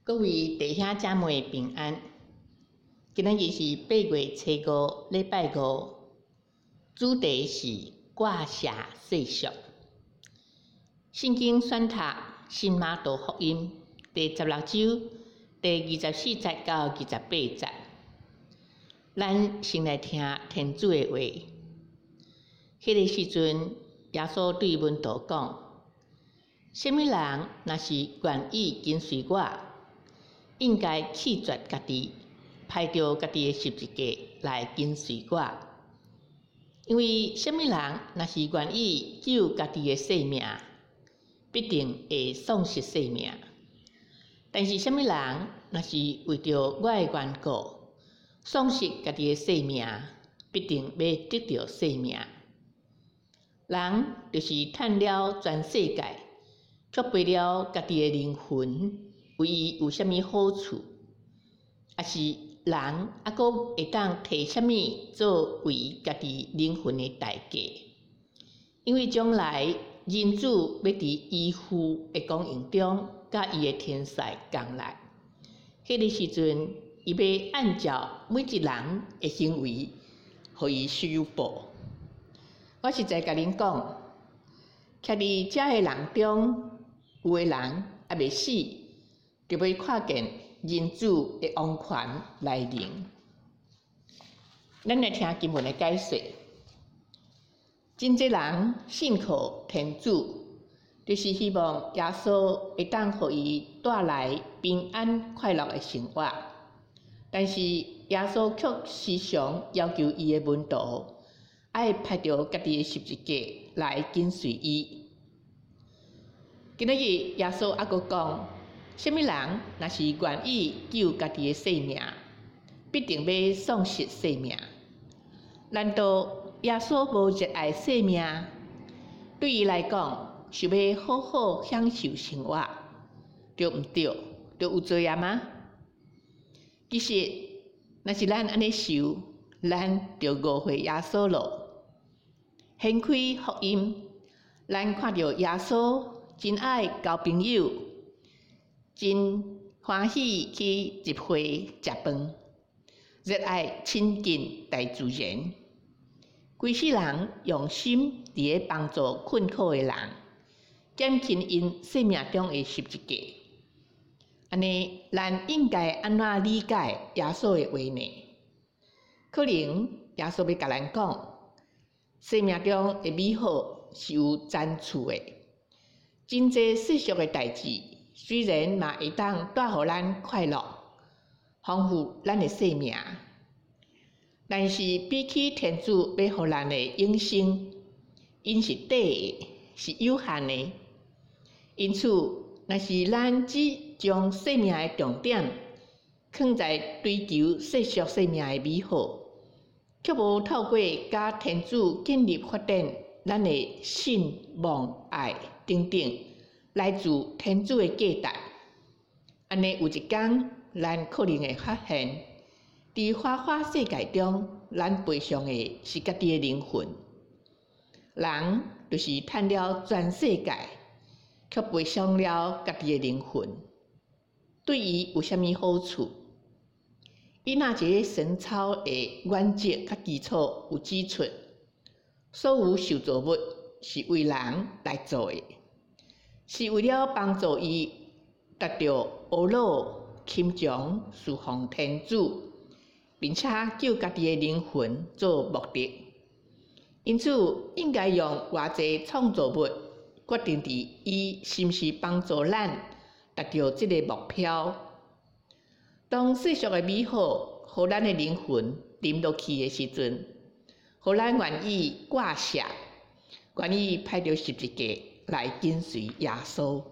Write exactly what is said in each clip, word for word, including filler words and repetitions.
各位弟兄姐妹平安。今仔日是八月初五，礼拜五，主题是挂写世俗。圣经选读新马道福音第十六章第二十四节到二十八节。咱先来听天主的话。迄个时阵，耶稣对门徒讲：什么人若是愿意跟随我，应该弃绝家己，排着家己的十字架来跟随我。因为什么人若是愿意救家己的性命，必定会丧失性命；但是什么人若是为着我的缘故，丧失家己的性命，必定要得到性命。人就是赚了全世界，却赔了家己的灵魂，为伊有啥物好处？也是人还阁会当摕啥物作为家己灵魂的代价？因为将来人主要伫依父的光荣中，甲伊的天使降来，迄个时阵，伊要按照每一人的行为，互伊修报。我实在甲恁讲，徛伫遮的人中，有的人还未死，就要看见人主的王权来临。咱来听经文的解说。真济人信靠天主，就是希望耶稣会当互伊带来平安快乐的生活。但是耶稣却时常要求伊的门徒，爱排着家己的十字架来跟随伊。今仔日耶稣还阁讲，什么人若是愿意救家己的性命，必定要丧失性命。难道耶稣无热爱性命？对伊来讲，想要好好享受生活，对毋对？对有罪啊吗？其实，若是咱安尼想，咱就误会耶稣咯。掀开福音，咱看到耶稣真爱交朋友，真欢喜去集会食饭，热爱亲近大自然。规世人用心伫咧帮助困苦的人，减轻因生命中的十字架。安尼，咱应该安怎理解耶稣的话呢？可能耶稣要甲咱讲，生命中的美好是有暂处的，真济世俗的代志，虽然嘛会当带互咱快乐，丰富咱的生命，但是比起天主要互咱的永生，因是短的，是有限的。因此，若是咱只将生命的重点放在追求世俗生命的美好，却无透过甲天主建立发展咱的信望爱等等来自天主的价值，安尼有一天，咱可能会发现，伫花花世界中，咱赔偿的是家己的灵魂。人就是赚了全世界，却赔偿了家己的灵魂，对伊有啥物好处？伊若一个神操的原则甲基础有指出，所有受造物是为人来做的，是为了帮助伊达到阿罗钦强侍奉天主，并且救家己的灵魂做目的。因此，应该用偌济创造物决定伫伊是毋是帮助咱达到即个目标。当世俗的美好，互咱的灵魂沉落去的时阵，互咱愿意挂下，愿意排着十字架来跟随耶稣，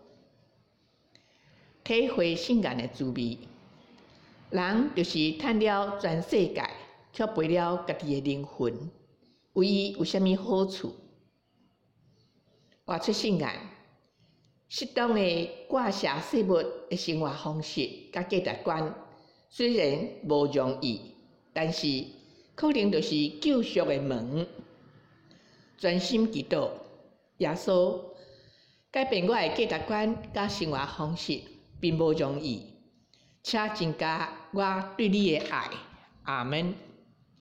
体会圣诞的滋味。人就是赚了全世界，却赔了家己的灵魂，为伊有啥物好处？活出圣诞，适当的挂下事物的生活方式甲价值观，虽然无容易，但是可能就是救赎的门。专心祈祷，耶稣改变我的价值观甲生活方式，并无容易。 请增加我对你的爱。阿门。